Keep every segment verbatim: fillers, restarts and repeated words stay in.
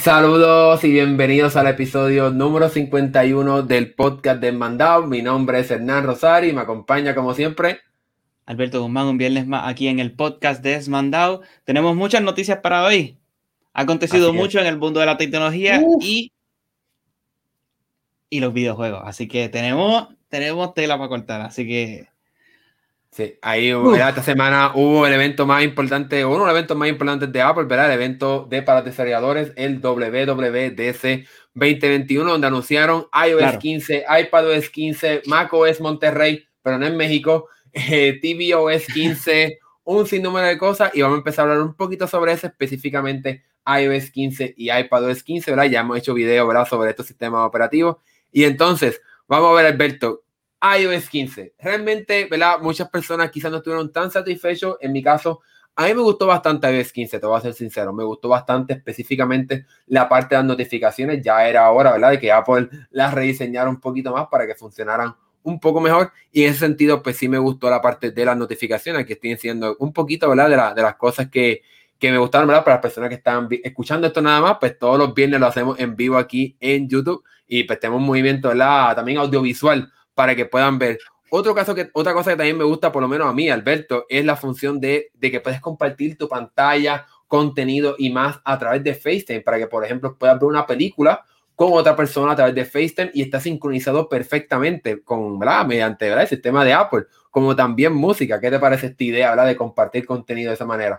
Saludos y bienvenidos al episodio número cincuenta y uno del podcast Desmandado. Mi nombre es Hernán Rosario y me acompaña como siempre Alberto Guzmán, un viernes más aquí en el podcast Desmandado. Tenemos muchas noticias para hoy. Ha acontecido Así es. mucho en el mundo de la tecnología Uf. y, y los videojuegos. Así que tenemos, tenemos tela para cortar. Así que... Sí, ahí ¿verdad? Esta Uf. semana hubo el evento más importante, uno de los eventos más importantes de Apple, ¿verdad? El evento de para desarrolladores, el W W D C veinte veintiuno, donde anunciaron iOS Claro. quince, iPadOS quince, macOS Monterrey, pero no en México, eh, tvOS quince, un sinnúmero de cosas, y vamos a empezar a hablar un poquito sobre eso, específicamente iOS quince y iPadOS quince, ¿verdad? Ya hemos hecho video, ¿verdad? Sobre estos sistemas operativos. Y entonces, vamos a ver, Alberto, iOS quince. Realmente, ¿verdad? Muchas personas quizás no estuvieron tan satisfechos. En mi caso, a mí me gustó bastante iOS quince, te voy a ser sincero. Me gustó bastante específicamente la parte de las notificaciones. Ya era hora, ¿verdad? De que Apple las rediseñara un poquito más para que funcionaran un poco mejor. Y en ese sentido, pues sí me gustó la parte de las notificaciones, que estoy diciendo un poquito, ¿verdad? De, la, de las cosas que, que me gustaron, ¿verdad? Para las personas que están escuchando esto nada más, pues todos los viernes lo hacemos en vivo aquí en YouTube. Y pues tenemos un movimiento, ¿verdad? También audiovisual para que puedan ver. Otro caso que, otra cosa que también me gusta, por lo menos a mí, Alberto, es la función de, de que puedes compartir tu pantalla, contenido y más a través de FaceTime, para que, por ejemplo, puedas ver una película con otra persona a través de FaceTime y está sincronizado perfectamente con, ¿verdad? Mediante, ¿verdad? El sistema de Apple, como también música. ¿Qué te parece esta idea, ¿verdad? De compartir contenido de esa manera?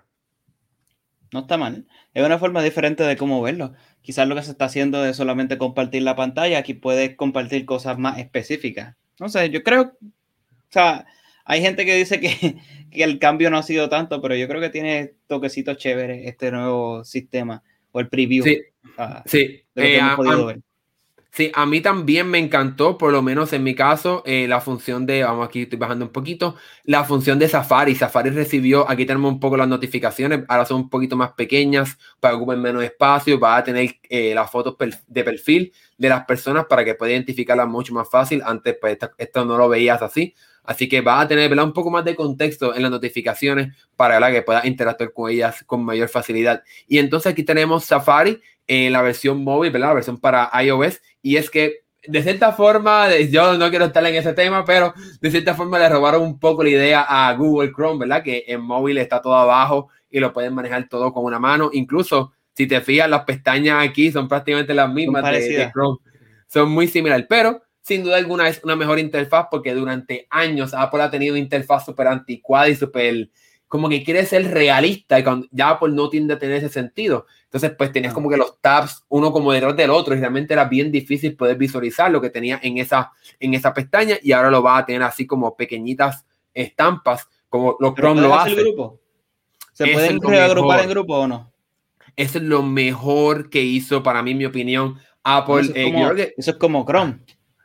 No está mal. Es una forma diferente de cómo verlo. Quizás lo que se está haciendo es solamente compartir la pantalla. Aquí puedes compartir cosas más específicas. No sé, yo creo... O sea, hay gente que dice que, que el cambio no ha sido tanto, pero yo creo que tiene toquecitos chéveres este nuevo sistema o el preview Sí, uh, sí. de lo que Eh, hemos a, podido a, ver. Sí, a mí también me encantó, por lo menos en mi caso, eh, la función de, vamos aquí, estoy bajando un poquito, la función de Safari. Safari recibió, aquí tenemos un poco las notificaciones, ahora son un poquito más pequeñas, para que ocupen menos espacio, va a tener eh, las fotos de perfil de las personas para que pueda identificarlas mucho más fácil. Antes, pues, esto, esto no lo veías así. Así que va a tener, ¿verdad? Un poco más de contexto en las notificaciones para, ¿verdad? Que puedas interactuar con ellas con mayor facilidad. Y entonces aquí tenemos Safari en la versión móvil, ¿verdad? La versión para iOS. Y es que, de cierta forma, yo no quiero estar en ese tema, pero de cierta forma le robaron un poco la idea a Google Chrome, ¿verdad? Que en móvil está todo abajo y lo pueden manejar todo con una mano. Incluso, si te fijas, las pestañas aquí son prácticamente las mismas de, de Chrome. Son muy similares, pero sin duda alguna es una mejor interfaz porque durante años Apple ha tenido una interfaz súper anticuada y súper, como que quiere ser realista y cuando, ya Apple no tiende a tener ese sentido. Entonces, pues tenías como que los tabs uno como detrás del otro y realmente era bien difícil poder visualizar lo que tenía en esa, en esa pestaña y ahora lo va a tener así como pequeñitas estampas como los Chrome lo hace. Grupo? ¿Se Eso pueden es lo reagrupar en mejor. grupo o no? Eso es lo mejor que hizo, para mí, en mi opinión, Apple. Bueno, eso es Eh, yo como, creo que, eso es como Chrome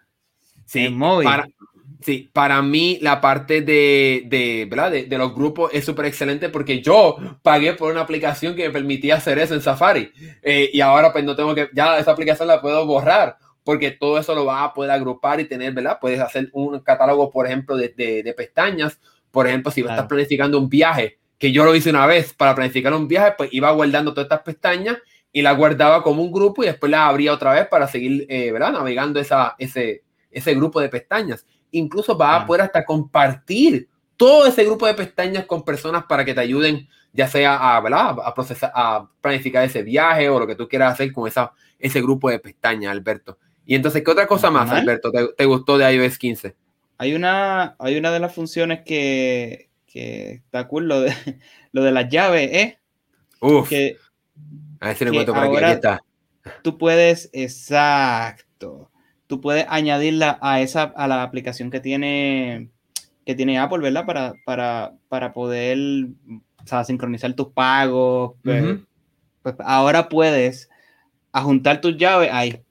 en sí, móvil. para, sí, para mí la parte de, de, ¿verdad? de, de los grupos es súper excelente porque yo pagué por una aplicación que me permitía hacer eso en Safari. Eh, y ahora pues no tengo que, ya esa aplicación la puedo borrar porque todo eso lo vas a poder agrupar y tener, ¿verdad? Puedes hacer un catálogo, por ejemplo, de, de, de pestañas. Por ejemplo, si claro. estás planificando un viaje, que yo lo hice una vez para planificar un viaje, pues iba guardando todas estas pestañas y las guardaba como un grupo y después las abría otra vez para seguir, eh, ¿verdad? Navegando esa, ese, ese grupo de pestañas. Incluso vas claro. a poder hasta compartir todo ese grupo de pestañas con personas para que te ayuden, ya sea a, ¿verdad? a procesar, a planificar ese viaje o lo que tú quieras hacer con esa, ese grupo de pestañas, Alberto. Y entonces, ¿qué otra cosa ¿No más, mal? Alberto, te, te gustó de iOS quince? Hay una, hay una de las funciones que, que está cool, lo de, lo de las llaves, ¿eh? Uf. Que, a ver si lo encuentro por aquí. Aquí está. Tú puedes, exacto, tú puedes añadirla a esa, a la aplicación que tiene, que tiene Apple, ¿verdad? Para, para, para poder, o sea, sincronizar tus pagos. Pues, uh-huh. pues ahora puedes adjuntar tus llaves ahí.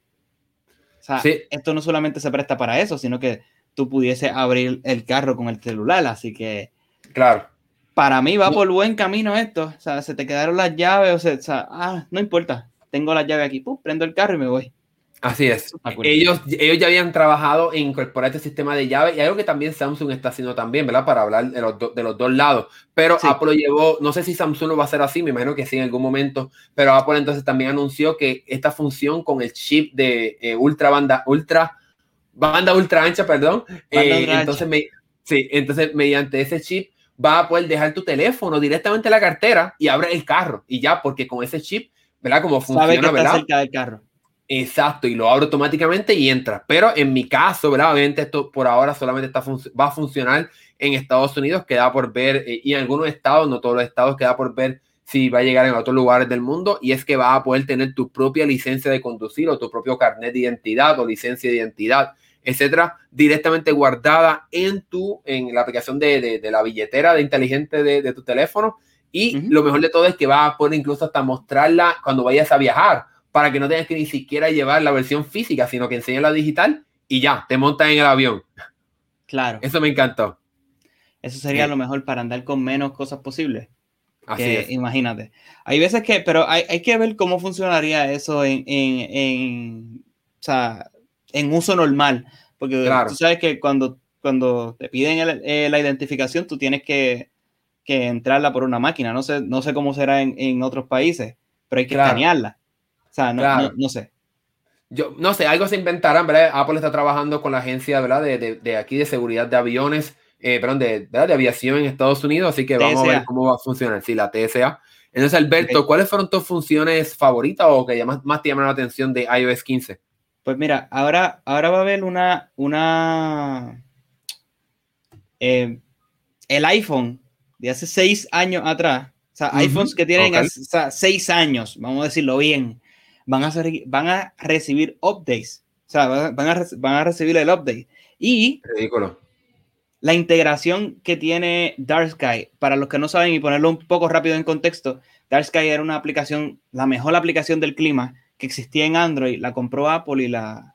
O sea, sí. Esto no solamente se presta para eso, sino que tú pudieses abrir el carro con el celular, así que... Claro. Para mí va por buen camino esto. O sea, se te quedaron las llaves, o sea, o sea ah, no importa. Tengo las llaves aquí, pum, prendo el carro y me voy. Así es. Cool. Ellos, ellos ya habían trabajado en incorporar este sistema de llave y algo que también Samsung está haciendo también, ¿verdad? Para hablar de los, do, de los dos lados. Pero sí. Apple llevó, no sé si Samsung lo va a hacer así, me imagino que sí en algún momento, pero Apple entonces también anunció que esta función con el chip de eh, ultra banda, ultra, banda ultra ancha, perdón. Banda eh, ultra entonces, ancha. Me, sí, entonces mediante ese chip va a poder dejar tu teléfono directamente en la cartera y abre el carro y ya, porque con ese chip, ¿verdad? Como funciona, sabe que está ¿verdad? cerca del carro. Exacto, y lo abre automáticamente y entra. Pero en mi caso, ¿verdad? Obviamente esto por ahora solamente está va a funcionar en Estados Unidos, queda por ver, eh, y en algunos estados, no todos los estados, queda por ver si va a llegar en otros lugares del mundo, y es que vas a poder tener tu propia licencia de conducir o tu propio carnet de identidad o licencia de identidad, etcétera, directamente guardada en tu, en la aplicación de, de, de la billetera de inteligente de, de tu teléfono. Y uh-huh. Lo mejor de todo es que vas a poder incluso hasta mostrarla cuando vayas a viajar, para que no tengas que ni siquiera llevar la versión física, sino que enseñes la digital y ya, te montas en el avión. Claro. Eso me encantó. Eso sería sí. Lo mejor para andar con menos cosas posibles. Así que, es. Imagínate. Hay veces que, pero hay, hay que ver cómo funcionaría eso en, en, en, o sea, en uso normal. Porque claro. Tú sabes que cuando, cuando te piden el, eh, la identificación, tú tienes que, que entrarla por una máquina. No sé, no sé cómo será en, en otros países, pero hay que claro. escanearla. O sea, no, claro. no, no sé. Yo no sé, algo se inventarán, ¿verdad? Apple está trabajando con la agencia, ¿verdad? De, de, de aquí de seguridad de aviones, eh, perdón, de, ¿verdad? de aviación en Estados Unidos, así que T S A. Vamos a ver cómo va a funcionar. Sí, la T S A. Entonces, Alberto, okay. ¿Cuáles fueron tus funciones favoritas o que más, más te llamaron la atención de i O S quince? Pues mira, ahora, ahora va a haber una, una eh, el iPhone de hace seis años atrás, o sea, uh-huh. iPhones que tienen okay. hace, o sea, seis años, vamos a decirlo bien, van a, ser, van a recibir updates, o sea, van a, van a recibir el update. Y ridículo. La integración que tiene Dark Sky, para los que no saben y ponerlo un poco rápido en contexto, Dark Sky era una aplicación, la mejor aplicación del clima que existía en Android, la compró Apple y la,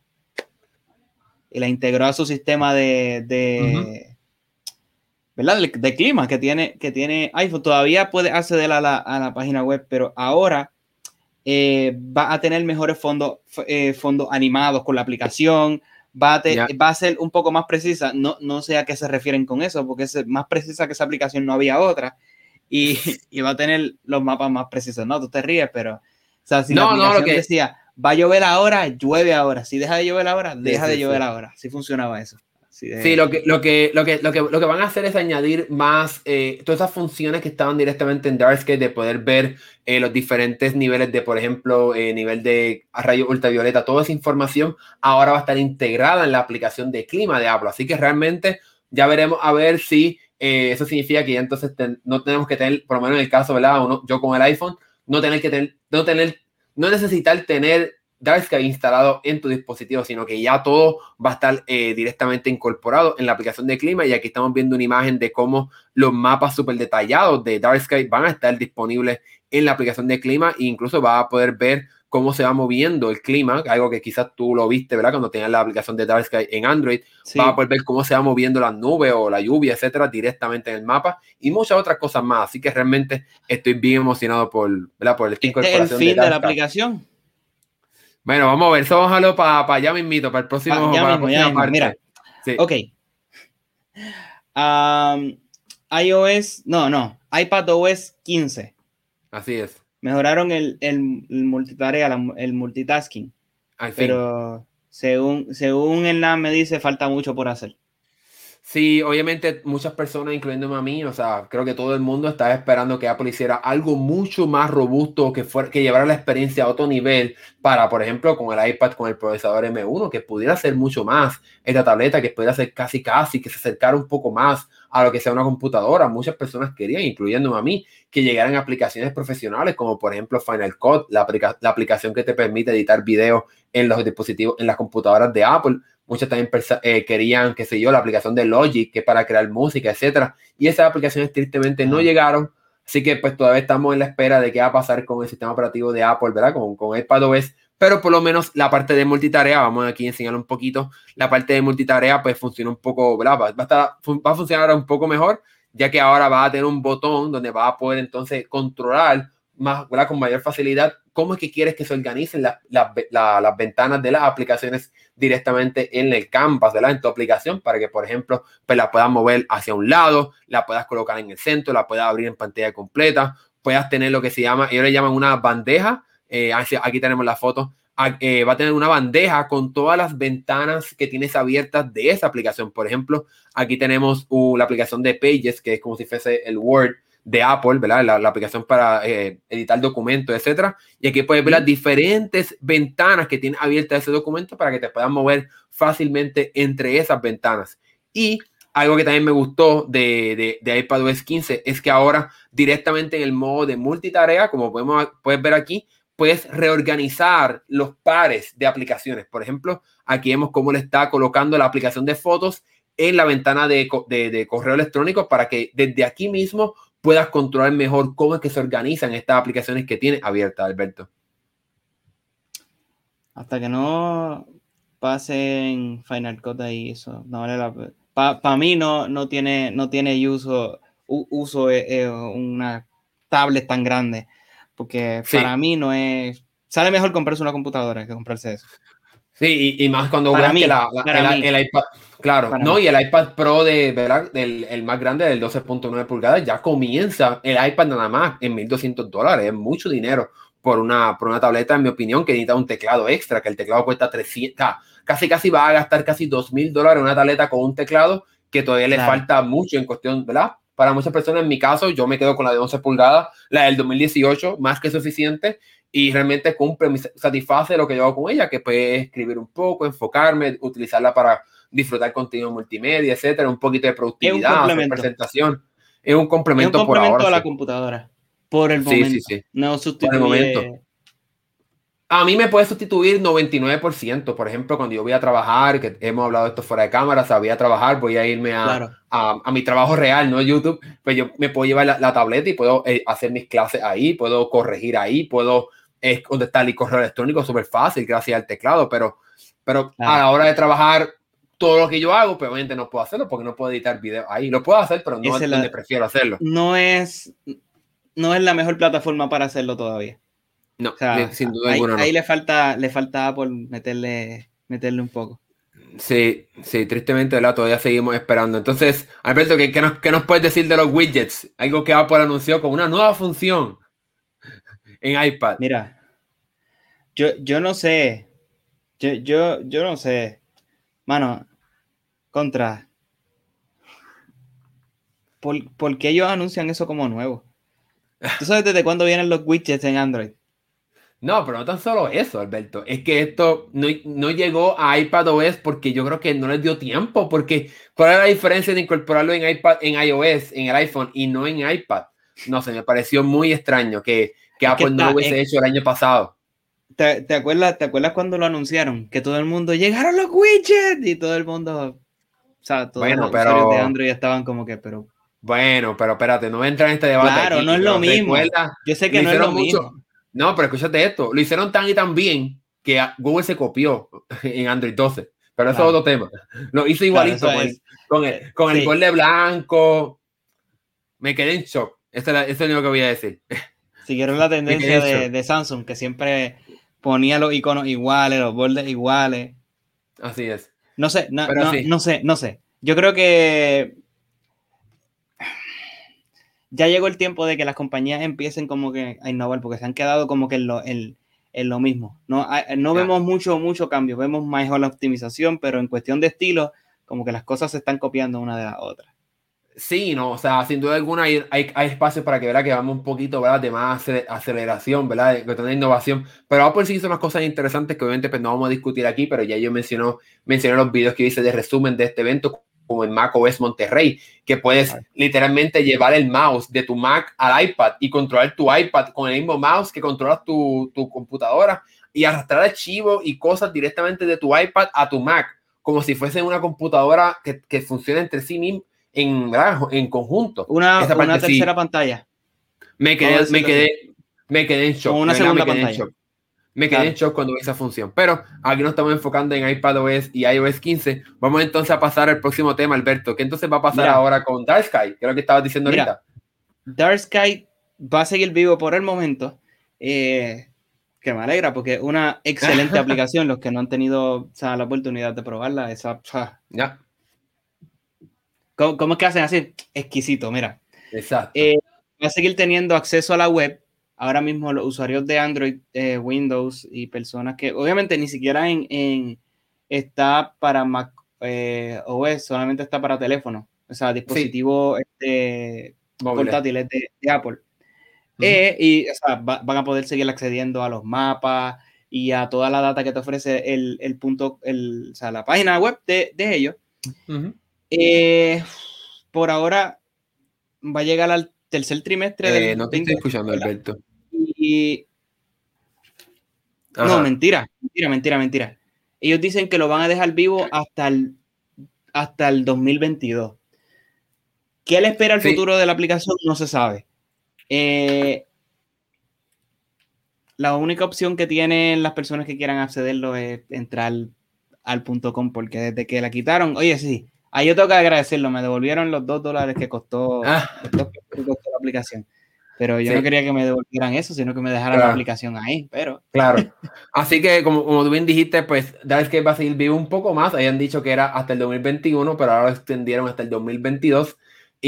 y la integró a su sistema de, de uh-huh. ¿verdad? De, de clima que tiene, que tiene iPhone. Todavía puede acceder a la, a la página web, pero ahora eh, va a tener mejores fondos, eh, fondos animados con la aplicación. Va a, te, yeah. va a ser un poco más precisa. No, no sé a qué se refieren con eso, porque es más precisa que esa aplicación, no había otra. Y, y va a tener los mapas más precisos. No, tú te ríes, pero... O sea, si no, la aplicación no, lo que... decía, va a llover ahora, llueve ahora. Si deja de llover ahora, deja sí, sí, de llover sí. ahora. Así funcionaba eso. Así de... Sí, lo que, lo, que, lo, que, lo, que, lo que van a hacer es añadir más eh, todas esas funciones que estaban directamente en Dark Sky, de poder ver eh, los diferentes niveles de, por ejemplo, eh, nivel de rayos ultravioleta. Toda esa información ahora va a estar integrada en la aplicación de clima de Apple. Así que realmente ya veremos a ver si eh, eso significa que ya entonces ten, no tenemos que tener, por lo menos en el caso, ¿verdad? Uno, yo con el iPhone, no tener que tener, no tener, no necesitar tener Dark Sky instalado en tu dispositivo, sino que ya todo va a estar eh, directamente incorporado en la aplicación de clima. Y aquí estamos viendo una imagen de cómo los mapas súper detallados de Dark Sky van a estar disponibles en la aplicación de clima, e incluso va a poder ver cómo se va moviendo el clima, algo que quizás tú lo viste, ¿verdad? Cuando tenías la aplicación de Dark Sky en Android, sí. Va a poder ver cómo se va moviendo las nubes o la lluvia, etcétera, directamente en el mapa, y muchas otras cosas más. Así que realmente estoy bien emocionado por, ¿verdad? Por esta incorporación. ¿Este es el fin de, de la aplicación? Bueno, vamos a ver, eso ojalá para pa allá mismito, para el próximo, pa, ya para mismo, la próxima parte. Mira, sí. Ok. Um, iOS, no, no, iPadOS quince. Así es. Mejoraron el, el, el multitarea, la, el multitasking. Al fin. Pero según, según el N A M me dice, falta mucho por hacer. Sí, obviamente muchas personas, incluyéndome a mí, o sea, creo que todo el mundo estaba esperando que Apple hiciera algo mucho más robusto, que, fuera, que llevara la experiencia a otro nivel para, por ejemplo, con el iPad, con el procesador M uno, que pudiera hacer mucho más esta tableta, que pudiera ser casi casi, que se acercara un poco más a lo que sea una computadora. Muchas personas querían, incluyéndome a mí, que llegaran aplicaciones profesionales, como por ejemplo Final Cut, la, aplica la aplicación que te permite editar videos en los dispositivos, en las computadoras de Apple. Muchos también eh, querían, qué sé yo, la aplicación de Logic, que es para crear música, etcétera. Y esas aplicaciones tristemente no llegaron. Así que pues todavía estamos en la espera de qué va a pasar con el sistema operativo de Apple, ¿verdad? Con, con iPadOS. Pero por lo menos la parte de multitarea, vamos aquí a enseñar un poquito, la parte de multitarea pues funciona un poco, ¿verdad? Va a, estar, va a funcionar un poco mejor, ya que ahora va a tener un botón donde va a poder entonces controlar más, ¿verdad? Con mayor facilidad cómo es que quieres que se organicen la, la, la, las ventanas de las aplicaciones directamente en el canvas, ¿verdad? En tu aplicación, para que, por ejemplo, pues la puedas mover hacia un lado, la puedas colocar en el centro, la puedas abrir en pantalla completa, puedas tener lo que se llama, ellos le llaman una bandeja, eh, aquí tenemos la foto, eh, va a tener una bandeja con todas las ventanas que tienes abiertas de esa aplicación. Por ejemplo, aquí tenemos uh, la aplicación de Pages, que es como si fuese el Word de Apple, ¿verdad? La, la aplicación para eh, editar documentos, etcétera. Y aquí puedes ver las diferentes ventanas que tiene abierta ese documento para que te puedas mover fácilmente entre esas ventanas. Y algo que también me gustó de, de, de iPadOS quince es que ahora directamente en el modo de multitarea, como podemos, puedes ver aquí, puedes reorganizar los pares de aplicaciones. Por ejemplo, aquí vemos cómo le está colocando la aplicación de fotos en la ventana de, de, de correo electrónico para que desde aquí mismo puedas controlar mejor cómo es que se organizan estas aplicaciones que tienes abiertas, Alberto. Hasta que no pasen Final Cut ahí, eso no vale la pena. Para pa mí no, no tiene, no tiene uso, uso eh, una tablet tan grande, porque sí. Para mí no es... Sale mejor comprarse una computadora que comprarse eso. Sí, y, y más cuando veas que la, la, el, el iPad, claro, para no, mí. Y el iPad Pro de, ¿verdad? Del, el más grande del doce punto nueve pulgadas, ya comienza el iPad nada más en mil doscientos dólares, es mucho dinero por una, por una tableta, en mi opinión, que necesita un teclado extra, que el teclado cuesta trescientos, casi casi va a gastar casi dos mil dólares en una tableta con un teclado que todavía claro. Le falta mucho en cuestión, ¿verdad? Para muchas personas, en mi caso, yo me quedo con la de once pulgadas, la del dos mil dieciocho, más que suficiente, y realmente cumple, satisface lo que yo hago con ella, que puede escribir un poco, enfocarme, utilizarla para disfrutar contenido multimedia, etcétera, un poquito de productividad, hacer presentación. Es un complemento, es un complemento por ahora, a la sí. computadora. Por el sí, momento. Sí, sí. No sustituye. Por el momento. A mí me puede sustituir noventa y nueve por ciento. Por ejemplo, cuando yo voy a trabajar, que hemos hablado de esto fuera de cámara, o sea, voy a trabajar, voy a irme a, claro. a, a mi trabajo real, no YouTube, pues yo me puedo llevar la, la tableta y puedo eh, hacer mis clases ahí, puedo corregir ahí, puedo eh, contestar el correo electrónico súper fácil gracias al teclado, pero, pero claro. A la hora de trabajar, todo lo que yo hago, pues obviamente no puedo hacerlo porque no puedo editar videos ahí. Lo puedo hacer, pero no es donde prefiero hacerlo. No es, no es la mejor plataforma para hacerlo todavía. No, o sea, sin duda ahí, alguna no. Ahí le falta, le falta a Apple meterle, meterle un poco. Sí, sí, tristemente, ¿verdad? Todavía seguimos esperando. Entonces, Alberto, ¿qué, qué, nos, ¿qué nos puedes decir de los widgets? Algo que Apple anunció con una nueva función en iPad. Mira, yo, yo no sé. Yo, yo, yo no sé. Mano, contra. ¿Por, ¿Por qué ellos anuncian eso como nuevo? ¿Tú sabes desde cuándo vienen los widgets en Android? No, pero no tan solo eso, Alberto. Es que esto no, no llegó a iPadOS porque yo creo que no les dio tiempo. Porque, ¿cuál es la diferencia de incorporarlo en iPad, en iOS, en el iPhone y no en iPad? No sé, me pareció muy extraño que, que Apple que está, no lo hubiese es, hecho el año pasado. ¿te, te, acuerdas, ¿Te acuerdas cuando lo anunciaron? Que todo el mundo, llegaron los widgets y todo el mundo, o sea, todos bueno, los pero, usuarios de Android estaban como que, pero... Bueno, pero espérate, no entra en este debate. Claro, aquí, no es lo mismo. Recuerda, yo sé que no es lo mucho, mismo. No, pero escúchate esto. Lo hicieron tan y tan bien que Google se copió en Android doce. Pero eso claro. es otro tema. Lo hizo igualito claro, con, el, con, el, con sí. el borde blanco. Me quedé en shock. Eso es, eso es lo que voy a decir. Siguieron la tendencia de, de Samsung, que siempre ponía los iconos iguales, los bordes iguales. Así es. No sé, no, no, sí. no sé, no sé. Yo creo que ya llegó el tiempo de que las compañías empiecen como que a innovar, porque se han quedado como que en lo, en, en lo mismo. No, no vemos mucho, mucho cambio, vemos mejor la optimización, pero en cuestión de estilo, como que las cosas se están copiando una de la otra. Sí, no, o sea, sin duda alguna hay, hay, hay espacio para que, ¿verdad? Que vamos un poquito, ¿verdad? De más aceleración, ¿verdad? De, de tener innovación. Pero Apple sí hizo unas cosas interesantes que obviamente pues, no vamos a discutir aquí, pero ya yo mencionó, mencioné los videos que hice de resumen de este evento, como en macOS Monterrey, que puedes Ay. literalmente llevar el mouse de tu Mac al iPad y controlar tu iPad con el mismo mouse que controlas tu, tu computadora y arrastrar archivos y cosas directamente de tu iPad a tu Mac, como si fuese una computadora que, que funcione entre sí misma en, en conjunto. Una, Esa una tercera sí, pantalla. Me quedé, me quedé, me quedé en shock. O una verdad, segunda me quedé pantalla. En shock. Me quedé claro. en shock cuando vi esa función. Pero aquí nos estamos enfocando en iPadOS y iOS quince. Vamos entonces a pasar al próximo tema, Alberto. ¿Qué entonces va a pasar mira, ahora con Dark Sky? ¿Qué es lo que estabas diciendo mira, ahorita? Dark Sky va a seguir vivo por el momento, eh, que me alegra porque es una excelente aplicación. Los que no han tenido, o sea, la oportunidad de probarla, esa, o sea, Ya. ¿cómo, cómo es que hacen así? Exquisito, mira. Exacto. Eh, va a seguir teniendo acceso a la web. Ahora mismo los usuarios de Android, eh, Windows y personas que obviamente ni siquiera en, en está para Mac eh, O S, solamente está para teléfono, o sea, Sí, dispositivos este, móviles. portátiles de, de Apple. Ujú. Eh, y o sea, va, van a poder seguir accediendo a los mapas y a toda la data que te ofrece el, el punto, el, o sea, la página web de, de ellos. Ujú. Eh, por ahora va a llegar al tercer trimestre Eh, del no te estoy veinte escuchando, ¿verdad? Alberto. Y no, Ajá. mentira, mentira, mentira, mentira. Ellos dicen que lo van a dejar vivo hasta el, hasta el dos mil veintidós. ¿Qué le espera el Sí, futuro de la aplicación? No se sabe. Eh, la única opción que tienen las personas que quieran accederlo es entrar al punto com, porque desde que la quitaron, oye, sí, ahí yo tengo que agradecerlo, me devolvieron los dos dólares que costó, ah, los dos que costó la aplicación. Pero yo no sí, quería que me devolvieran eso, sino que me dejaran la claro, aplicación ahí, pero... claro. Así que, como, como tú bien dijiste, pues Darscape va a seguir vivo un poco más. Habían dicho que era hasta el dos mil veintiuno, pero ahora lo extendieron hasta el dos mil veintidós.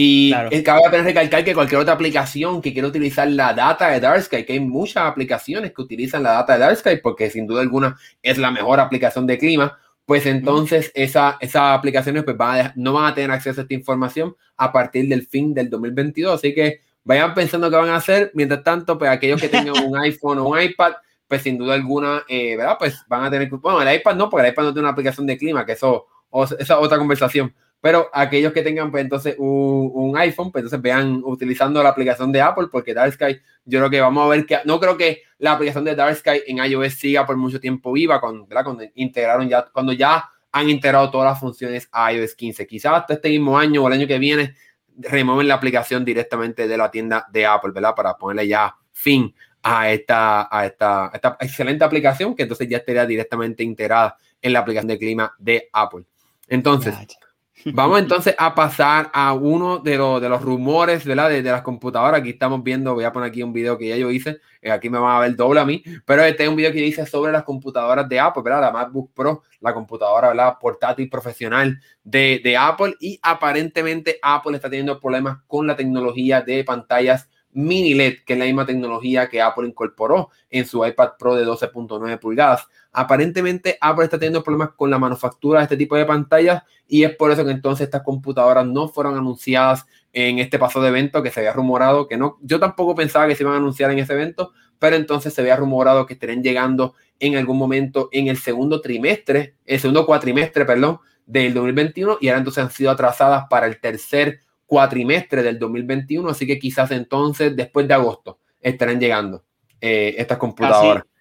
Y Claro. eh, cabe la pena recalcar que cualquier otra aplicación que quiera utilizar la data de Darscape, que hay muchas aplicaciones que utilizan la data de Darscape, porque sin duda alguna es la mejor aplicación de clima, pues entonces esa, esas aplicaciones pues van a, no van a tener acceso a esta información a partir del fin del dos mil veintidós. Así que vayan pensando qué van a hacer. Mientras tanto, pues aquellos que tengan un iPhone o un iPad, pues sin duda alguna, eh, ¿verdad? Pues van a tener, bueno, el iPad no, porque el iPad no tiene una aplicación de clima, que eso, o, esa es otra conversación. Pero aquellos que tengan, pues entonces, un, un iPhone, pues entonces vean utilizando la aplicación de Apple, porque Dark Sky, yo creo que vamos a ver que, no creo que la aplicación de Dark Sky en iOS siga por mucho tiempo viva, con, ¿verdad? Cuando integraron ya, cuando ya han integrado todas las funciones a iOS quince. Quizás hasta este mismo año o el año que viene remueven la aplicación directamente de la tienda de Apple, ¿verdad? Para ponerle ya fin a esta, a esta, a esta excelente aplicación que entonces ya estaría directamente integrada en la aplicación de clima de Apple. Entonces, Ya, ya. vamos entonces a pasar a uno de, los, de los rumores, ¿verdad? De, de las computadoras. Aquí estamos viendo, voy a poner aquí un video que ya yo hice. Eh, aquí me van a ver doble a mí. Pero este es un video que hice sobre las computadoras de Apple, ¿verdad? La MacBook Pro, la computadora, ¿verdad? Portátil profesional de, de Apple. Y aparentemente Apple está teniendo problemas con la tecnología de pantallas mini L E D, que es la misma tecnología que Apple incorporó en su iPad Pro de doce punto nueve pulgadas. Aparentemente Apple está teniendo problemas con la manufactura de este tipo de pantallas y es por eso que entonces estas computadoras no fueron anunciadas en este pasado evento que se había rumorado, que no, yo tampoco pensaba que se iban a anunciar en ese evento, pero entonces se había rumorado que estarían llegando en algún momento en el segundo trimestre, el segundo cuatrimestre, perdón, del dos mil veintiuno y ahora entonces han sido atrasadas para el tercer cuatrimestre del dos mil veintiuno, así que quizás entonces después de agosto estarán llegando eh, estas computadoras. Casi,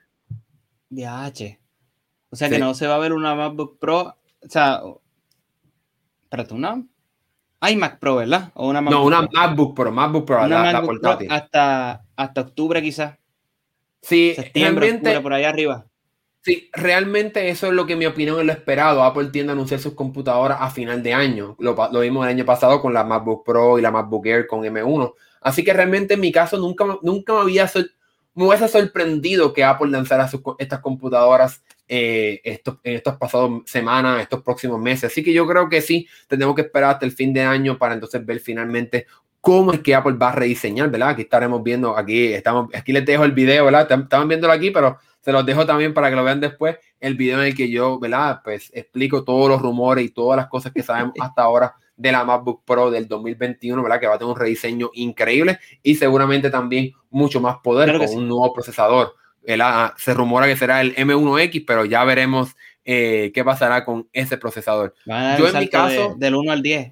ya, che. O sea que Sí. no se va a ver una MacBook Pro, o sea, espérate, una iMac Pro, ¿verdad? O una No, MacBook una Pro. MacBook Pro, MacBook Pro, Una la, la MacBook Pro portátil. hasta, hasta octubre quizás. Sí, Septiembre, octubre, realmente, por ahí arriba. sí, realmente eso es lo que en mi opinión es lo esperado. Apple tiende a anunciar sus computadoras a final de año. Lo, lo vimos el año pasado con la MacBook Pro y la MacBook Air con M uno. Así que realmente en mi caso nunca, nunca me había sor- me hubiese sorprendido que Apple lanzara sus, estas computadoras eh, estos, en estos pasados semanas, estos próximos meses. Así que yo creo que sí, tenemos que esperar hasta el fin de año para entonces ver finalmente cómo es que Apple va a rediseñar, ¿verdad? Aquí estaremos viendo, aquí estamos, aquí les dejo el video, ¿verdad? Estaban viéndolo aquí, pero se los dejo también para que lo vean después, el video en el que yo, ¿verdad? Pues explico todos los rumores y todas las cosas que sabemos hasta ahora de la MacBook Pro del dos mil veintiuno, ¿verdad? Que va a tener un rediseño increíble y seguramente también mucho más poder Claro que con sí. un nuevo procesador. ¿Verdad? Se rumora que será el M uno X, pero ya veremos eh, qué pasará con ese procesador. Van a dar Yo el en mi salto de, caso, del uno al diez.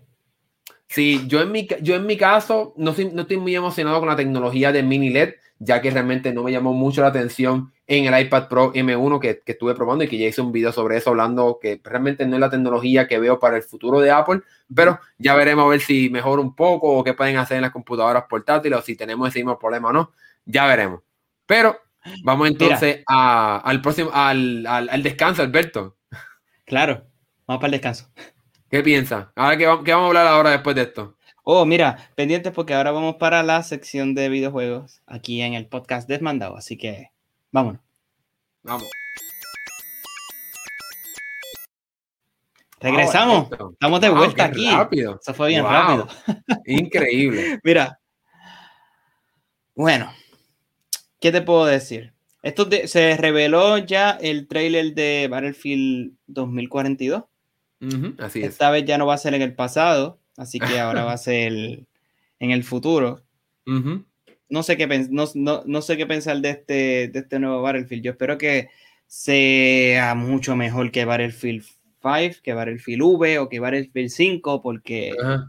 sí, yo en mi, yo en mi caso no, soy, no estoy muy emocionado con la tecnología de mini L E D, ya que realmente no me llamó mucho la atención en el iPad Pro M uno que, que estuve probando y que ya hice un video sobre eso hablando que realmente no es la tecnología que veo para el futuro de Apple, pero ya veremos a ver si mejora un poco o qué pueden hacer en las computadoras portátiles o si tenemos ese mismo problema o no, ya veremos. Pero vamos Mira, entonces a, al próximo, al, al, al descanso, Alberto. claro, vamos para el descanso. ¿Qué piensas? Ahora, ¿qué, va- qué vamos a hablar ahora después de esto? Oh, mira, pendientes porque ahora vamos para la sección de videojuegos aquí en el podcast Desmandado, así que vámonos. Vamos. Regresamos. Wow, Estamos de wow, vuelta qué aquí. rápido. Eso fue bien rápido. Wow, increíble. Mira, bueno, ¿qué te puedo decir? Esto de, se reveló ya el trailer de Battlefield dos mil cuarenta y dos. Uh-huh, así es. Esta vez ya no va a ser en el pasado, así que ahora va a ser el, en el futuro. Uh-huh. No sé qué no, no, no sé qué pensar de este, de este nuevo Battlefield. Yo espero que sea mucho mejor que Battlefield cinco, que Battlefield V o que Battlefield cinco, porque Uh-huh.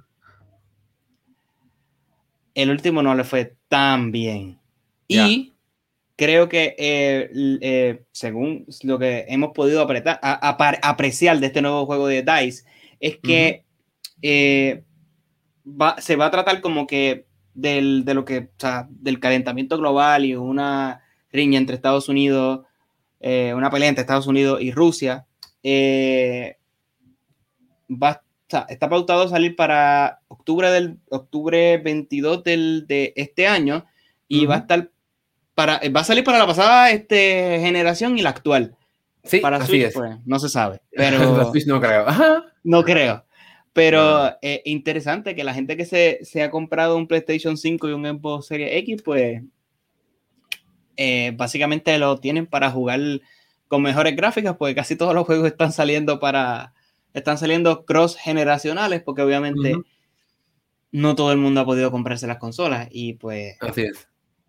el último no le fue tan bien. Yeah. Y creo que eh, eh, según lo que hemos podido apretar, a, a, apreciar de este nuevo juego de DICE, es que uh-huh. eh, va, se va a tratar como que del, de lo que, o sea, del calentamiento global y una riña entre Estados Unidos, eh, una pelea entre Estados Unidos y Rusia, eh, va, o sea, está pautado a salir para octubre del octubre veintidós del, de este año y uh-huh. va a estar para, va a salir para la pasada este, generación y la actual. Sí, para así Switch, es. pues, no se sabe. Pero Switch no creo. Ajá. No creo. Pero no. Eh, interesante que la gente que se, se ha comprado un PlayStation cinco y un Xbox Series X, pues eh, básicamente lo tienen para jugar con mejores gráficas, porque casi todos los juegos están saliendo para están saliendo cross generacionales, porque obviamente uh-huh. no todo el mundo ha podido comprarse las consolas y pues así es.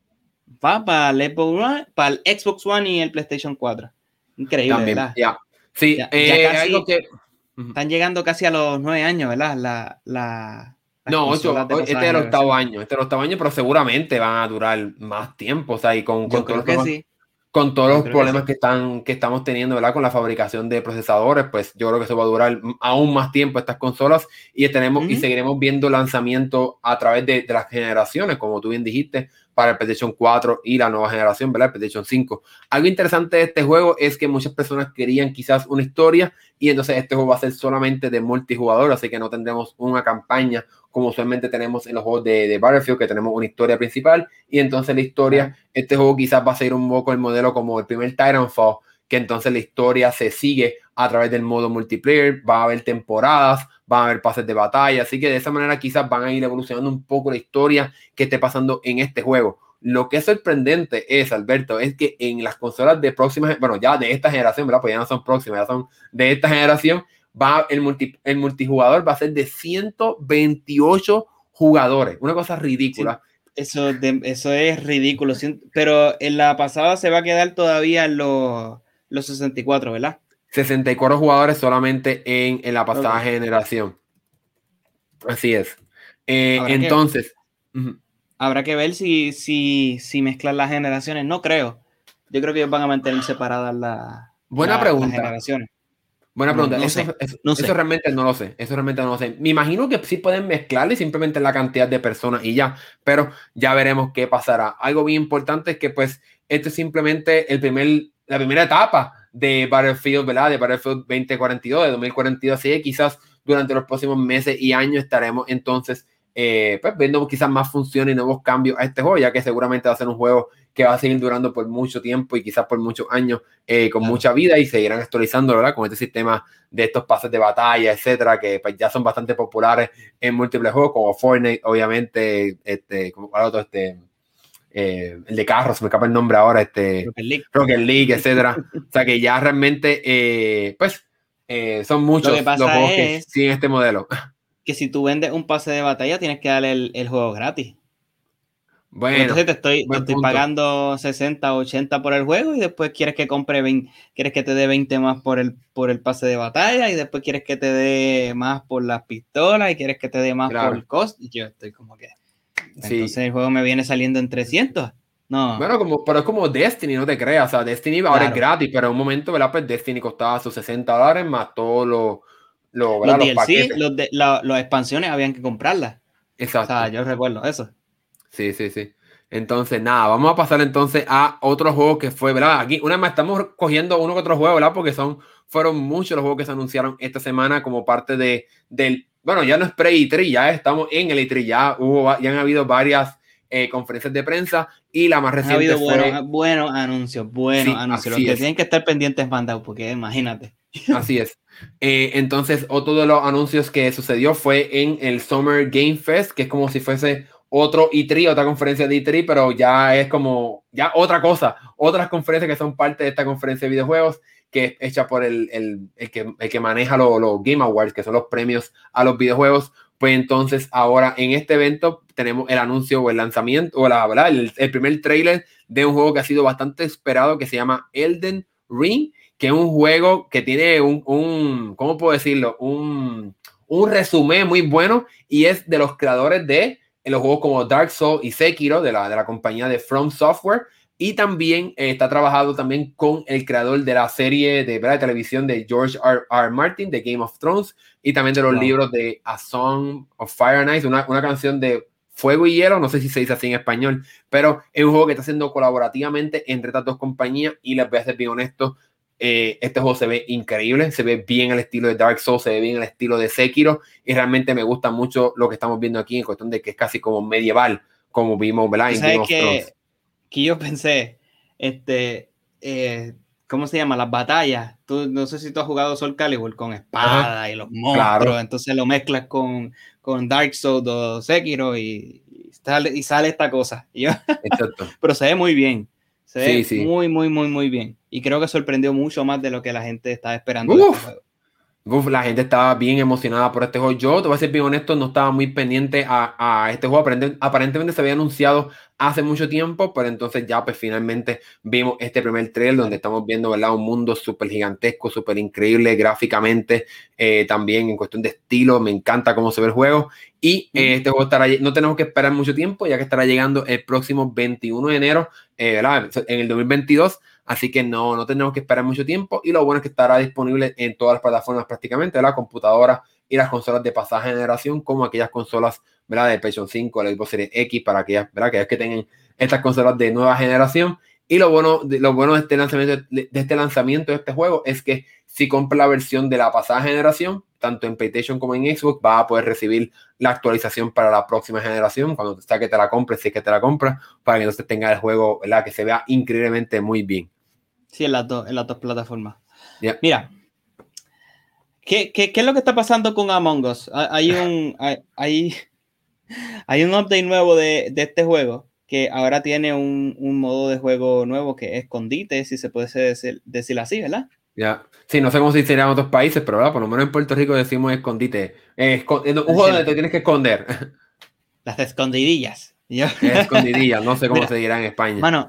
Va para el Xbox One, para el Xbox One y el PlayStation cuatro. Increíble, también, ¿verdad? yeah. Sí, ya, eh, ya casi algo que están llegando casi a los nueve años, ¿verdad? La, la, no, ocho, este es el octavo año, este es el octavo año, pero seguramente van a durar más tiempo, o sea, y con, con Yo creo todos que los, sí. con todos yo los problemas que, sí. que, están, que estamos teniendo, ¿verdad? Con la fabricación de procesadores, pues yo creo que eso va a durar aún más tiempo estas consolas y tenemos uh-huh. y seguiremos viendo lanzamientos a través de, de las generaciones, como tú bien dijiste, para el PlayStation cuatro y la nueva generación, ¿verdad? El PlayStation cinco. Algo interesante de este juego es que muchas personas querían quizás una historia y entonces este juego va a ser solamente de multijugador, así que no tendremos una campaña como usualmente tenemos en los juegos de, de Battlefield, que tenemos una historia principal y entonces la historia, uh-huh. este juego quizás va a ser un poco el modelo como el primer Titanfall, que entonces la historia se sigue a través del modo multiplayer, va a haber temporadas, van a haber pases de batalla, así que de esa manera quizás van a ir evolucionando un poco la historia que esté pasando en este juego. Lo que es sorprendente es, Alberto, es que en las consolas de próximas, bueno, ya de esta generación, ¿verdad? Pues ya no son próximas, ya son de esta generación, va el, multi, el multijugador va a ser de ciento veintiocho jugadores, una cosa ridícula. Sí, eso, de, eso es ridículo, pero en la pasada se va a quedar todavía en los, los sesenta y cuatro, ¿verdad? sesenta y cuatro jugadores solamente en, en la pasada okay. generación. Así es. Eh, entonces... Que, uh-huh. Habrá que ver si, si, si mezclan las generaciones. No creo. Yo creo que ellos van a mantener separadas la, Buena la, pregunta. las generaciones. Buena no, pregunta. No eso, sé. eso, no eso sé. realmente no lo sé. Eso realmente no lo sé. Me imagino que sí pueden mezclarle simplemente la cantidad de personas y ya. Pero ya veremos qué pasará. Algo bien importante es que pues esto es simplemente el primer, la primera etapa de Battlefield, ¿verdad? De Battlefield veinte cuarenta y dos, de dos mil cuarenta y dos. Así que quizás durante los próximos meses y años estaremos entonces eh, pues viendo quizás más funciones y nuevos cambios a este juego, ya que seguramente va a ser un juego que va a seguir durando por mucho tiempo y quizás por muchos años eh, con claro. mucha vida y seguirán actualizando, ¿verdad? Con este sistema de estos pases de batalla, etcétera, que pues, ya son bastante populares en múltiples juegos, como Fortnite, obviamente, este, como para otro, este, eh, el de carros, me escapa el nombre ahora, este, Rocket League, Rocket League etcétera. O sea que ya realmente, eh, pues, eh, son muchos Lo que pasa los juegos es que siguen este modelo. Que si tú vendes un pase de batalla, tienes que darle el, el juego gratis. Bueno, entonces te estoy, te estoy punto. pagando sesenta, ochenta por el juego y después quieres que compre veinte, quieres que te dé veinte más por el, por el pase de batalla y después quieres que te dé más por las pistolas y quieres que te dé más claro. por el cost. Y yo estoy como que... Entonces sí. el juego me viene saliendo en trescientos. No. Bueno, como, pero es como Destiny, no te creas. O sea, Destiny ahora claro. es gratis, pero en un momento, ¿verdad? Pues Destiny costaba sus sesenta dólares más todos los... Lo, los, los D L C, los, de, la, las expansiones habían que comprarlas. Exacto. O sea, yo recuerdo eso. Sí, sí, sí. Entonces, nada, vamos a pasar entonces a otro juego que fue, ¿verdad? Aquí, una vez más, estamos cogiendo uno que otro juego, ¿verdad? Porque son, fueron muchos los juegos que se anunciaron esta semana como parte de, del, bueno, ya no es pre-E tres, ya estamos en el E tres, ya hubo, ya han habido varias eh, conferencias de prensa y la más reciente ha habido fue... buenos, buenos anuncios, buenos Sí, anuncios. Los así que es. tienen que estar pendientes, mandado, porque imagínate. Así es. Eh, entonces, otro de los anuncios que sucedió fue en el Summer Game Fest, que es como si fuese otro E tres, otra conferencia de E tres, pero ya es como, ya otra cosa, otras conferencias que son parte de esta conferencia de videojuegos, que es hecha por el, el, el, que, el que maneja los lo Game Awards, que son los premios a los videojuegos. Pues entonces, ahora en este evento tenemos el anuncio o el lanzamiento, o la verdad, el, el primer trailer de un juego que ha sido bastante esperado, que se llama Elden Ring, que es un juego que tiene un, un ¿cómo puedo decirlo? Un, un resumen muy bueno y es de los creadores de los juegos como Dark Souls y Sekiro, de la, de la compañía de From Software, y también eh, está trabajando también con el creador de la serie de, ¿verdad? de televisión de George R. R. Martin, de Game of Thrones, y también de los wow. libros de A Song of Fire and Ice, una, una canción de Fuego y Hielo, no sé si se dice así en español, pero es un juego que está haciendo colaborativamente entre estas dos compañías y les voy a ser bien honesto, Eh, este juego se ve increíble, se ve bien el estilo de Dark Souls, se ve bien el estilo de Sekiro y realmente me gusta mucho lo que estamos viendo aquí en cuestión de que es casi como medieval, como vimos, ¿verdad? En Game of que, Thrones. Que yo pensé, este, eh, ¿cómo se llama? Las batallas. Tú, no sé si tú has jugado Soul Calibur con espada Ajá, y los monstruos, claro. Entonces lo mezclas con, con Dark Souls o Sekiro y, y, sale, y sale esta cosa. Y yo, pero se ve muy bien. Se ve sí, sí. muy, muy, muy, muy bien. Y creo que sorprendió mucho más de lo que la gente estaba esperando Uf, de este juego. Uf, la gente estaba bien emocionada por este juego. Yo, te voy a ser bien honesto, no estaba muy pendiente a, a este juego. Aparentemente, aparentemente se había anunciado hace mucho tiempo, pero entonces ya pues finalmente vimos este primer trailer donde estamos viendo, ¿verdad? Un mundo súper gigantesco, súper increíble gráficamente, eh, también en cuestión de estilo. Me encanta cómo se ve el juego. Y eh, este juego estará, no tenemos que esperar mucho tiempo, ya que estará llegando el próximo veintiuno de enero, eh, ¿verdad? En el dos mil veintidós. Así que no, no tenemos que esperar mucho tiempo. Y lo bueno es que estará disponible en todas las plataformas prácticamente, la computadora y las consolas de pasada generación, como aquellas consolas, ¿verdad? De PlayStation cinco, la Xbox Series X, para aquellas, ¿verdad? Aquellas que tengan estas consolas de nueva generación. Y lo bueno, de, lo bueno de, este lanzamiento, de, de este lanzamiento de este juego es que si compras la versión de la pasada generación, tanto en PlayStation como en Xbox, vas a poder recibir la actualización para la próxima generación, cuando sea que te la compres, si es que te la compras, para que entonces tenga el juego, ¿verdad? Que se vea increíblemente muy bien. Sí, en las dos, en las dos plataformas. Yeah. Mira, ¿qué, qué, ¿qué es lo que está pasando con Among Us? Hay un, hay, hay, hay un update nuevo de, de este juego que ahora tiene un, un modo de juego nuevo que es escondite, si se puede decir, decir así, ¿verdad? Ya, yeah. Sí, no sé cómo se diría en otros países, pero ¿verdad? Por lo menos en Puerto Rico decimos escondite. Eh, escond un juego donde te tienes que esconder. Las escondidillas. Escondidillas, no sé cómo Mira, se dirá en España. Mano,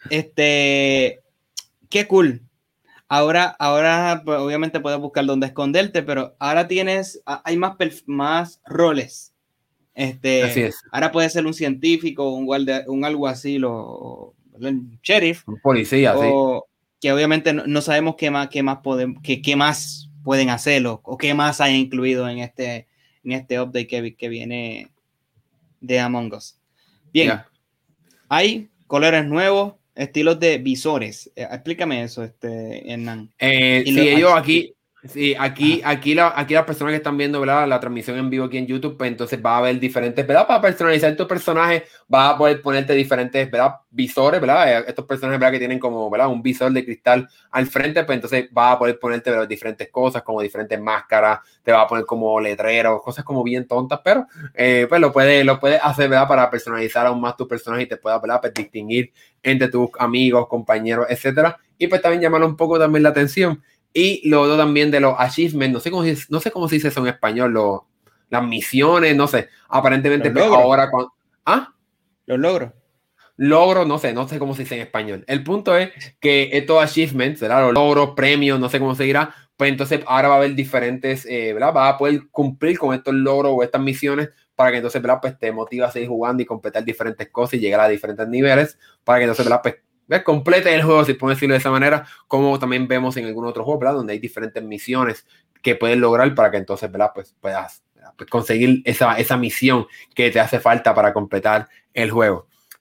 este... Qué cool. Ahora, ahora pues, obviamente puedes buscar dónde esconderte, pero ahora tienes, hay más, más roles. Este, así es. Ahora puedes ser un científico, un guardia, un algo así, lo, un sheriff. Un policía, o, sí. Que obviamente no, no sabemos qué más, qué más pueden, qué, qué más pueden hacerlo o qué más hay incluido en este, en este update que, que viene de Among Us. Bien, yeah. Hay colores nuevos, estilos de visores. Eh, explícame eso, este, Hernán. Eh, sí, ellos aquí, sí, aquí, aquí, la, aquí las personas que están viendo, ¿verdad? La transmisión en vivo aquí en YouTube, pues entonces va a haber diferentes, ¿verdad? Para personalizar tu personaje, vas a poder ponerte diferentes, ¿verdad? Visores, ¿verdad? Estos personajes, ¿verdad? Que tienen como, ¿verdad? Un visor de cristal al frente, pues entonces vas a poder ponerte, ¿verdad? Diferentes cosas, como diferentes máscaras, te va a poner como letreros, cosas como bien tontas, pero eh, pues lo puedes lo puedes hacer, ¿verdad? Para personalizar aún más tu personaje y te puedas, ¿verdad? Pues distinguir entre tus amigos, compañeros, etcétera. Y pues también llamar un poco también la atención. Y lo otro también de los achievements, no sé cómo, no sé cómo se dice eso en español, lo, las misiones, no sé. Aparentemente pues ahora... Con, ¿ah? Los logros. Logros, no sé, no sé cómo se dice en español. El punto es que estos achievements, ¿verdad? Los logros, premios, no sé cómo se dirá, pues entonces ahora va a haber diferentes, eh, ¿verdad? Vas a poder cumplir con estos logros o estas misiones para que entonces, ¿verdad? Pues te motiva a seguir jugando y completar diferentes cosas y llegar a diferentes niveles para que entonces, ¿verdad? Pues ¿ves? Complete el juego, si puedo decirlo de esa manera, como también vemos en algún otro juego, ¿verdad? Donde hay diferentes misiones que puedes lograr para que entonces, ¿verdad? Pues puedas, ¿verdad? Pues conseguir esa, esa misión que te hace falta para completar el juego.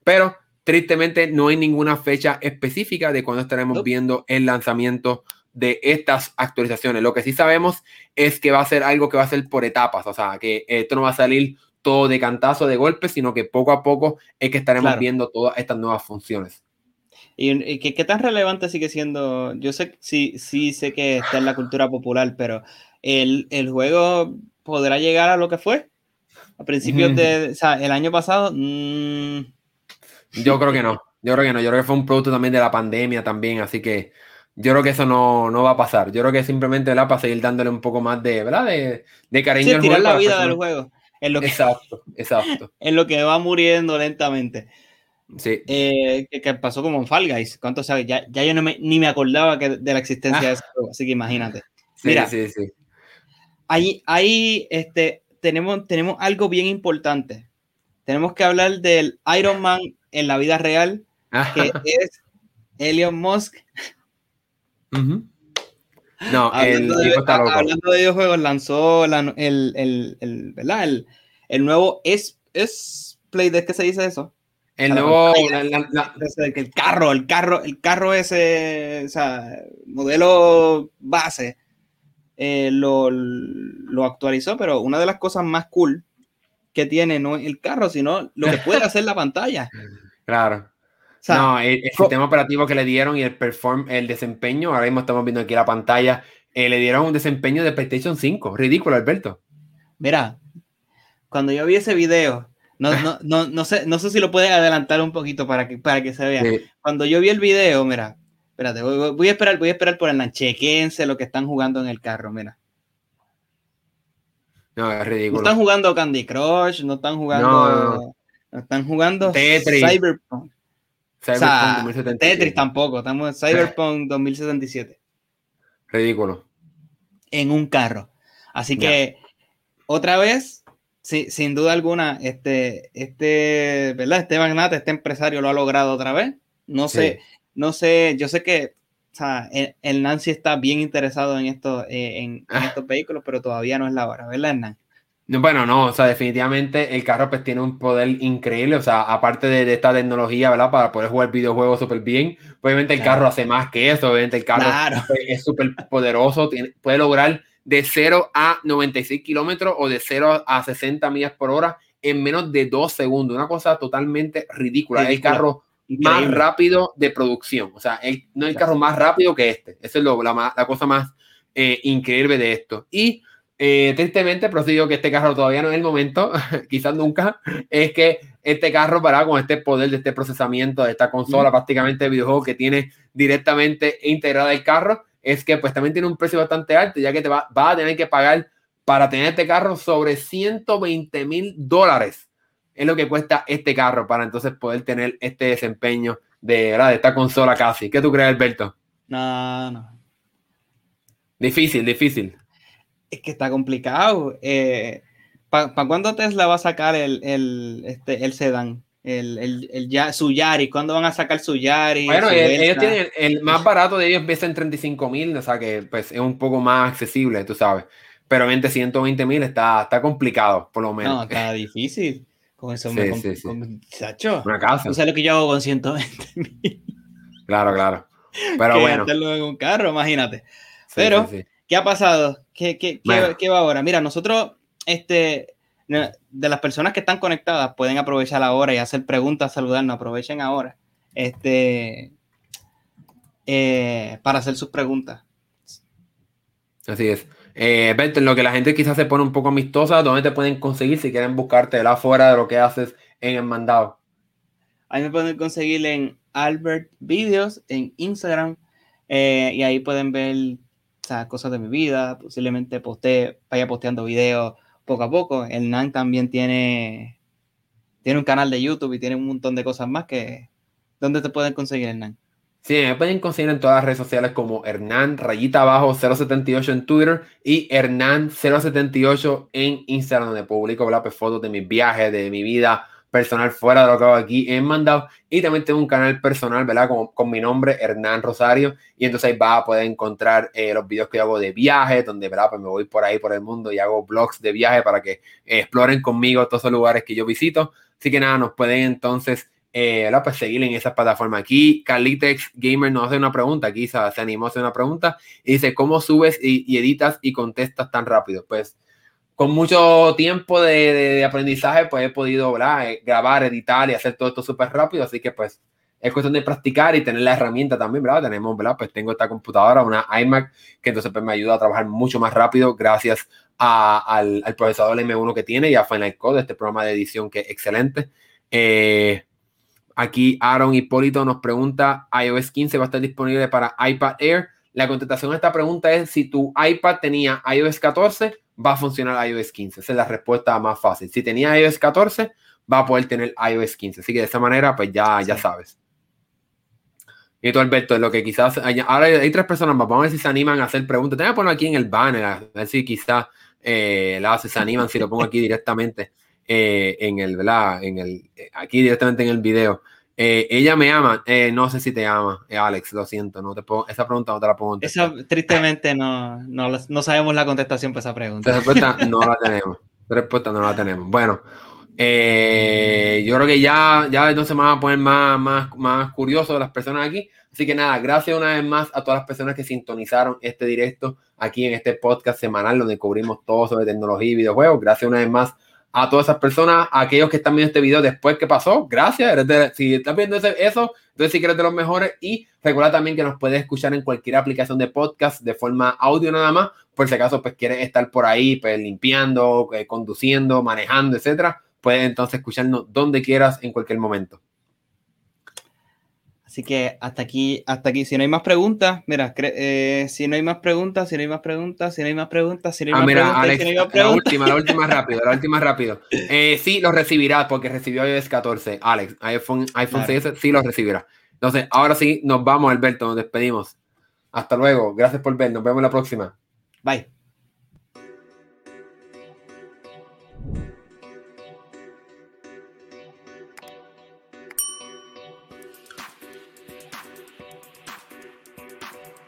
pero tristemente no hay ninguna fecha específica de cuándo estaremos Nope. viendo el lanzamiento de estas actualizaciones. Lo que sí sabemos es que va a ser algo que va a ser por etapas, o sea, que esto no va a salir todo de cantazo, de golpe, sino que poco a poco es que estaremos Claro. viendo todas estas nuevas funciones. ¿Y, y qué, qué tan relevante sigue siendo? Yo sé, sí, sí sé que está en la cultura popular, pero ¿el, el juego podrá llegar a lo que fue? A principios de, o sea, el año pasado... Mmm... Yo creo que no, yo creo que no, yo creo que fue un producto también de la pandemia también, así que yo creo que eso no, no va a pasar. Yo creo que simplemente, ¿verdad? Para seguir dándole un poco más de, ¿verdad? De, de cariño Sí, al tirar juego. la Para vida personas. del juego. En lo que, exacto, exacto. En lo que va muriendo lentamente. Sí. Eh, que, que pasó como en Fall Guys. ¿Cuánto sabes? Ya, ya yo no me, ni me acordaba que, de la existencia Ah, de ese juego, así que imagínate. sí, Mira, sí, sí. ahí, ahí este, tenemos, tenemos algo bien importante. Tenemos que hablar del Iron Man en la vida real, que es Elon Musk. Uh-huh. No, hablando, el de, tipo está loco. hablando de videojuegos, lanzó la, el, el, el, ¿verdad? El, el nuevo es, es Play, ¿de qué se dice eso? El O sea, nuevo, la la, la, la, el carro, el carro, el carro ese, o sea, modelo base, eh, lo, lo actualizó, pero una de las cosas más cool que tiene no es el carro, sino lo que puede hacer la pantalla. Claro. O sea, no, el, el sistema operativo que le dieron y el perform, el desempeño, ahora mismo estamos viendo aquí la pantalla, eh, le dieron un desempeño de PlayStation cinco. Ridículo, Alberto. Mira, cuando yo vi ese video, no, no, no, no, sé, no sé si lo puedes adelantar un poquito para que, para que se vea. Sí. Cuando yo vi el video, mira, espérate, voy, voy a esperar, voy a esperar por el chequense lo que están jugando en el carro, mira. No, es ridículo. No están jugando Candy Crush, no están jugando, no, no, no. no están jugando Tetris. Cyberpunk. Cyberpunk o sea, dos mil setenta y siete. Tetris tampoco, estamos en Cyberpunk dos mil setenta y siete. Ridículo. En un carro. Así yeah. que, otra vez, sí, sin duda alguna, este, este, ¿verdad? Este magnate, este empresario lo ha logrado otra vez. No sí. sé, no sé, yo sé que o sea, el, el Nancy está bien interesado en, esto, eh, en, en estos vehículos, pero todavía no es la hora, ¿verdad, Hernán? No, bueno, no, o sea, definitivamente el carro pues tiene un poder increíble, o sea, aparte de, de esta tecnología, ¿verdad? Para poder jugar videojuegos súper bien, obviamente el claro. carro hace más que eso, obviamente el carro claro. pues, es súper poderoso, tiene, puede lograr de cero a noventa y seis kilómetros o de cero a sesenta millas por hora en menos de dos segundos, una cosa totalmente ridícula, es el carro increíble. Más rápido de producción, o sea, el, no es el carro más rápido que este, esa es lo, la, la cosa más eh, increíble de esto, y Eh, tristemente, pero sí digo que este carro todavía no es el momento, quizás nunca, es que este carro, para con este poder de este procesamiento de esta consola, mm. prácticamente de videojuego que tiene directamente integrada el carro, es que pues también tiene un precio bastante alto, ya que te va, va a tener que pagar para tener este carro sobre ciento veinte mil dólares. Es lo que cuesta este carro para entonces poder tener este desempeño de, ¿verdad? de esta consola casi. ¿Qué tú crees, Alberto? No, no. Difícil, difícil. Es que está complicado. Eh, ¿Para pa cuándo Tesla va a sacar el, el, este, el sedán? El, el, el, el, su Yaris. ¿Cuándo van a sacar su Yaris? Bueno, su el, ellos tienen el, el más barato de ellos empieza en treinta y cinco mil, o sea que pues, es un poco más accesible, tú sabes. Pero veinte, ciento veinte mil está, está complicado, por lo menos. No, está difícil. Con eso sí, me sí, sí. Con, Sacho, una casa. ¿Tú sabes lo que yo hago con ciento veinte mil? Claro, claro. Pero que bueno. Hacerlo en un carro, imagínate. Sí, Pero, sí, sí. ¿qué ha pasado? ¿Qué, qué, bueno. qué, ¿Qué va ahora? Mira, nosotros, este, de las personas que están conectadas, pueden aprovechar ahora y hacer preguntas, saludarnos. Aprovechen ahora este, eh, para hacer sus preguntas. Así es. Eh, vete, en lo que la gente quizás se pone un poco amistosa, ¿dónde te pueden conseguir si quieren buscarte la fuera de lo que haces en el mandado? Ahí me pueden conseguir en Albert Videos, en Instagram, eh, y ahí pueden ver o sea, cosas de mi vida, posiblemente poste, vaya posteando videos poco a poco. El Nan también tiene, tiene un canal de YouTube y tiene un montón de cosas más que... ¿Dónde te pueden conseguir, Hernán? Sí, me pueden conseguir en todas las redes sociales como Hernán rayita abajo cero setenta y ocho en Twitter y Hernán cero setenta y ocho en Instagram, donde publico pues, fotos de mis viajes, de mi vida personal fuera de lo que hago aquí en Mandado. Y también tengo un canal personal, ¿verdad? Con, con mi nombre, Hernán Rosario. Y entonces ahí va a poder encontrar eh, los videos que hago de viaje, donde, ¿verdad? Pues me voy por ahí, por el mundo y hago vlogs de viaje para que eh, exploren conmigo todos esos lugares que yo visito. Así que nada, nos pueden entonces eh, ¿verdad? Pues seguir en esas plataformas. Aquí Carlitex Gamer nos hace una pregunta, aquí se, se animó a hacer una pregunta y dice, ¿cómo subes y, y editas y contestas tan rápido? Pues con mucho tiempo de, de, de aprendizaje, pues he podido, ¿verdad? Grabar, editar y hacer todo esto súper rápido, así que pues es cuestión de practicar y tener la herramienta también, ¿verdad? Tenemos, ¿verdad? Pues tengo esta computadora, una iMac, que entonces pues me ayuda a trabajar mucho más rápido gracias a, al, al procesador M uno que tiene y a Final Cut, este programa de edición que es excelente. Eh, aquí Aaron Hipólito nos pregunta, iOS quince va a estar disponible para iPad Air. La contestación a esta pregunta es, si tu iPad tenía iOS catorce, va a funcionar iOS quince. Esa es la respuesta más fácil. Si tenía iOS catorce, va a poder tener iOS quince. Así que de esa manera, pues ya, sí. ya sabes. Y tú, Alberto, lo que quizás... Haya, ahora hay, hay tres personas más. Vamos a ver si se animan a hacer preguntas. Tengo que ponerlo aquí en el banner, a ver si quizás eh, la, si se animan, si lo pongo aquí directamente eh, en el, ¿verdad? En el, aquí directamente en el video. Eh, ella me ama, eh, no sé si te ama, eh, Alex, lo siento, no te puedo, esa pregunta no te la puedo contestar. Eso, tristemente, no, no, no sabemos la contestación para esa pregunta. Esa respuesta no la tenemos, esa respuesta no la tenemos. Bueno, eh, yo creo que ya, ya entonces me van a poner más, más, más curiosos las personas aquí. Así que nada, gracias una vez más a todas las personas que sintonizaron este directo aquí en este podcast semanal donde cubrimos todo sobre tecnología y videojuegos. Gracias una vez más a todas esas personas, a aquellos que están viendo este video después que pasó, gracias. Eres de, si estás viendo ese, eso, entonces sí que eres de los mejores. Y recuerda también que nos puedes escuchar en cualquier aplicación de podcast de forma audio nada más, por si acaso pues quieres estar por ahí pues limpiando, eh, conduciendo, manejando, etcétera. Puedes entonces escucharnos donde quieras en cualquier momento. Así que hasta aquí, hasta aquí. Si no hay más preguntas, mira, eh, si no hay más preguntas, si no hay más preguntas, si no hay más preguntas, si no hay ah, más mira, preguntas, Alex, si no hay más preguntas. La última, la última rápido, la última rápido. Eh, sí, lo recibirás porque recibió iOS catorce. Alex, iPhone, iPhone claro. seis sí lo recibirá. Entonces, ahora sí, nos vamos, Alberto, nos despedimos. Hasta luego, gracias por ver, nos vemos la próxima. Bye.